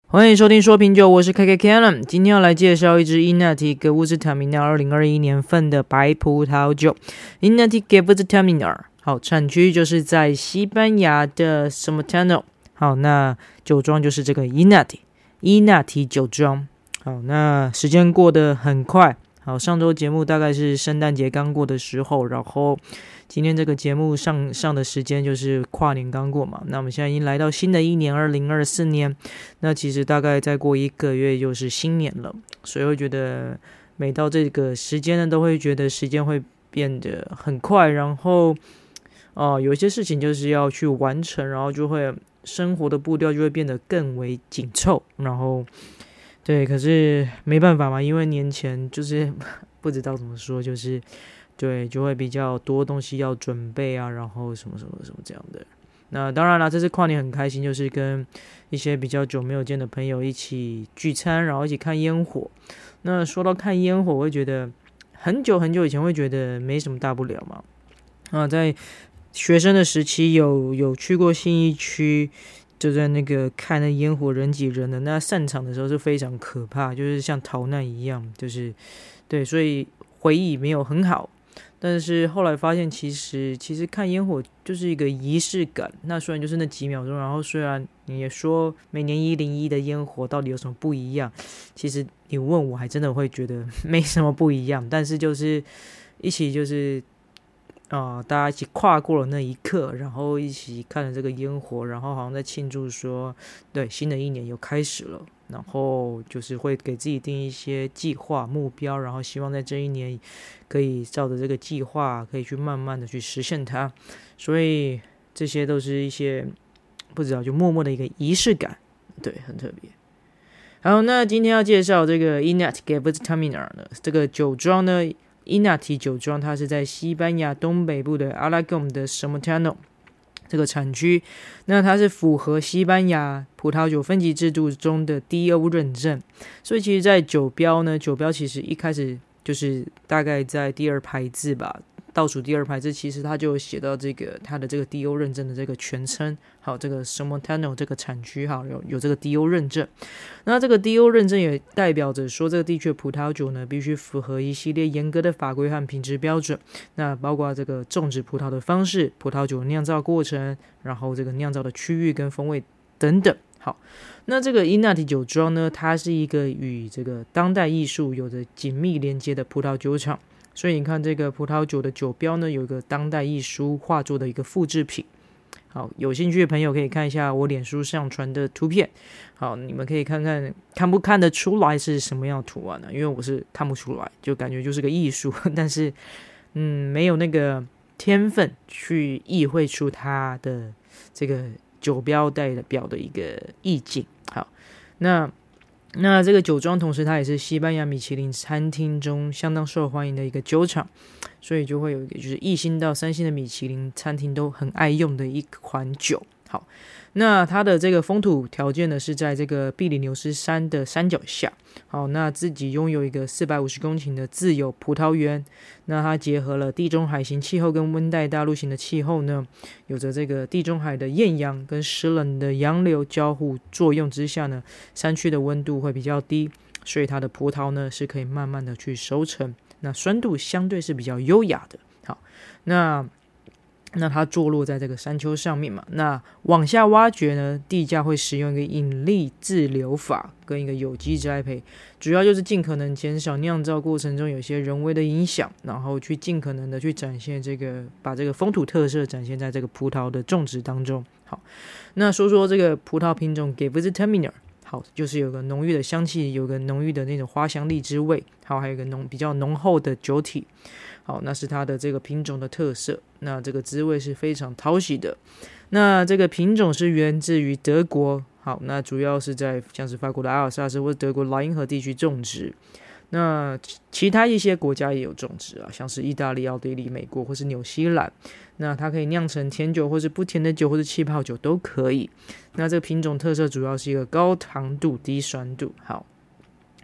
欢迎收听说品酒，我是 KK Cannon。今天要来介绍一支 Inati Gewürztraminer 2021年份的白葡萄酒。Inati Gewürztraminer， 好，产区就是在西班牙的 Somontano。好，那酒庄就是这个 Inati 酒庄。好，那时间过得很快。好，上周节目大概是圣诞节刚过的时候，然后今天这个节目上的时间就是跨年刚过嘛，那我们现在已经来到新的一年2024年，那其实大概再过1个月就是新年了，所以会觉得每到这个时间呢，都会觉得时间会变得很快，然后有一些事情就是要去完成，然后就会生活的步调就会变得更为紧凑，然后对，可是没办法嘛，因为年前就是不知道怎么说，就是对，就会比较多东西要准备啊，然后什么什么什么这样的。那当然啦，这次跨年很开心，就是跟一些比较久没有见的朋友一起聚餐，然后一起看烟火。那说到看烟火，我会觉得很久很久以前会觉得没什么大不了嘛。在学生的时期有去过信义区。就在那个看那烟火人挤人的，那散场的时候是非常可怕，就是像逃难一样，就是对，所以回忆没有很好。但是后来发现其实看烟火就是一个仪式感。那虽然就是那几秒钟，然后虽然你也说每年101的烟火到底有什么不一样，其实你问我还真的会觉得没什么不一样。但是就是一起就是大家一起跨过了那一刻，然后一起看了这个烟火，然后好像在庆祝说，对，新的一年又开始了。然后就是会给自己定一些计划目标，然后希望在这一年可以照着这个计划，可以去慢慢的去实现它。所以这些都是一些不知道就默默的一个仪式感，对，很特别。好，那今天要介绍这个 Inati Gewürztraminer 呢，这个酒庄呢。Inati 酒庄，它是在西班牙东北部的 Aragon 的 Somontano 这个产区，那它是符合西班牙葡萄酒分级制度中的 DO 认证，所以其实在酒标呢，酒标其实一开始就是大概在第2排字吧，倒数第2排字，其实它就有写到这个它的这个 DO 认证的这个全称，好，这个 Somontano 这个产区好有这个 DO 认证。那这个 DO 认证也代表着说，这个地区的葡萄酒呢，必须符合一系列严格的法规和品质标准。那包括这个种植葡萄的方式、葡萄酒酿造过程，然后这个酿造的区域跟风味等等。好，那这个 Inati 酒庄呢，它是一个与这个当代艺术有着紧密连接的葡萄酒厂。所以你看这个葡萄酒的酒标呢，有一个当代艺术画作的一个复制品。好，有兴趣的朋友可以看一下我脸书上传的图片。好，你们可以看不看得出来是什么样的图案呢？因为我是看不出来，就感觉就是个艺术，但是没有那个天分去意会出它的这个酒标代表的一个意境。好，那这个酒庄同时它也是西班牙米其林餐厅中相当受欢迎的一个酒厂，所以就会有一个就是1星到3星的米其林餐厅都很爱用的一款酒。好，那它的这个风土条件呢是在这个比利牛斯山的山脚下。好，那自己拥有一个450公顷的自有葡萄园。那它结合了地中海型气候跟温带大陆型的气候呢，有着这个地中海的艳阳跟湿冷的洋流交互作用之下呢，山区的温度会比较低，所以它的葡萄呢是可以慢慢的去熟成，那酸度相对是比较优雅的。好，那它坐落在这个山丘上面嘛，那往下挖掘呢，地价会使用一个引力自流法跟一个有机栽培，主要就是尽可能减少酿造过程中有些人为的影响，然后去尽可能的去展现把这个风土特色展现在这个葡萄的种植当中。好，那说这个葡萄品种 Gewürztraminer， 好，就是有个浓郁的香气，有个浓郁的那种花香荔枝味，好，还有一个比较浓厚的酒体。好，那是它的这个品种的特色，那这个滋味是非常讨喜的。那这个品种是源自于德国，好，那主要是在像是法国的阿尔萨斯或者德国莱茵河地区种植。那其他一些国家也有种植啊，像是意大利、奥地利、美国或是纽西兰。那它可以酿成甜酒或是不甜的酒或是气泡酒都可以。那这个品种特色主要是一个高糖度低酸度。好，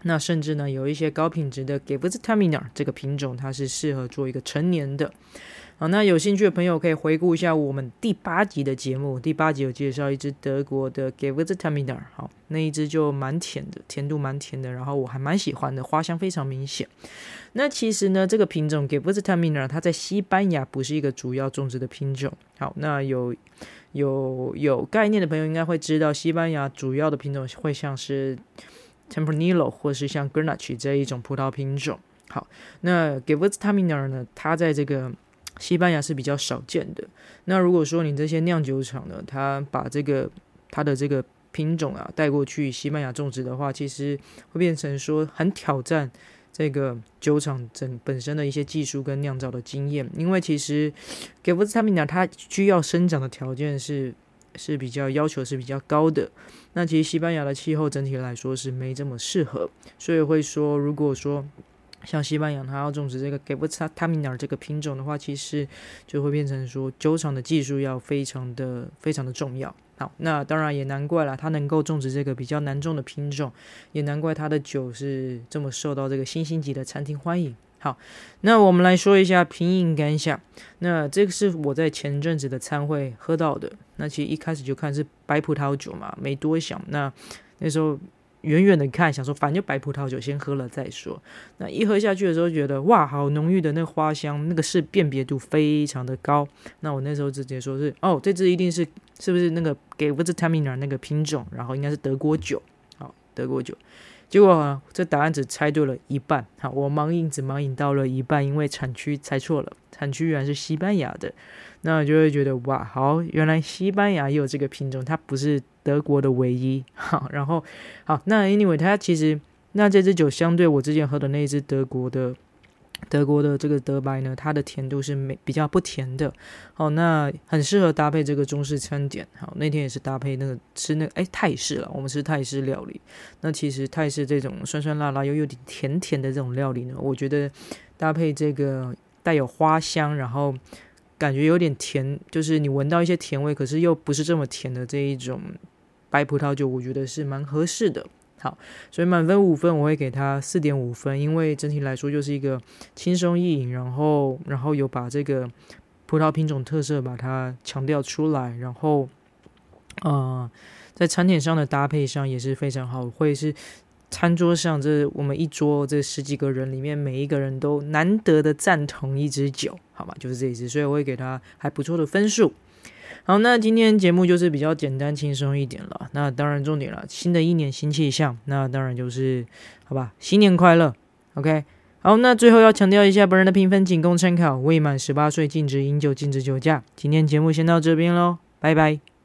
那甚至呢，有一些高品质的 Gewürztraminer 这个品种，它是适合做一个成年的。好，那有兴趣的朋友可以回顾一下我们第8集的节目，第8集有介绍一支德国的 Gewürztraminer， 好，那一支就蛮甜的，甜度蛮甜的，然后我还蛮喜欢的，花香非常明显。那其实呢，这个品种 Gewürztraminer 它在西班牙不是一个主要种植的品种。好，那有概念的朋友应该会知道，西班牙主要的品种会像是 Tempranillo 或是像 Grenache 这一种葡萄品种。好，那 Gewürztraminer 呢，它在这个西班牙是比较少见的。那如果说你这些酿酒厂呢，它把它的这个品种啊带过去西班牙种植的话，其实会变成说很挑战这个酒厂本身的一些技术跟酿造的经验，因为其实 Gewürztraminer 它需要生长的条件是比较要求是比较高的。那其实西班牙的气候整体来说是没这么适合，所以会说如果说像西班牙它要种植这个 Gewürztraminer 这个品种的话，其实就会变成说酒厂的技术要非常的重要。好，那当然也难怪啦，它能够种植这个比较难种的品种，也难怪它的酒是这么受到这个星星级的餐厅欢迎。好，那我们来说一下品饮感想。那这个是我在前阵子的餐会喝到的。那其实一开始就看是白葡萄酒嘛，没多想。那时候远远的看，想说反正就白葡萄酒先喝了再说。那一喝下去的时候，觉得哇，好浓郁的那个花香，那个是辨别度非常的高。那我那时候直接说是这支一定是不是那个Gewürztraminer那个品种，然后应该是德国酒。好，德国酒。结果这答案只猜对了一半。好，我只盲饮到了一半，因为产区猜错了，产区原来是西班牙的。那就会觉得哇，好，原来西班牙也有这个品种，它不是德国的唯一。好，然后好，那 anyway 它其实那这支酒相对我之前喝的那一支德国的这个德白呢，它的甜度是比较不甜的。好，那很适合搭配这个中式餐点。好，那天也是搭配吃泰式了，我们吃泰式料理。那其实泰式这种酸酸辣辣又有点甜甜的这种料理呢，我觉得搭配这个带有花香，然后感觉有点甜，就是你闻到一些甜味，可是又不是这么甜的这一种白葡萄酒，我觉得是蛮合适的。好，所以满分5分我会给它 4.5 分，因为整体来说就是一个轻松易饮，然后有把这个葡萄品种特色把它强调出来，然后在餐点上的搭配上也是非常好，会是餐桌上我们一桌这10几个人里面每一个人都难得的赞同一支酒，好吧，就是这一支，所以我会给它还不错的分数。好，那今天节目就是比较简单轻松一点了。那当然重点了，新的一年新气象，那当然就是好吧，新年快乐 OK。 好，那最后要强调一下，本人的评分仅供参考，未满18岁禁止饮酒禁止酒驾。今天节目先到这边咯，拜拜。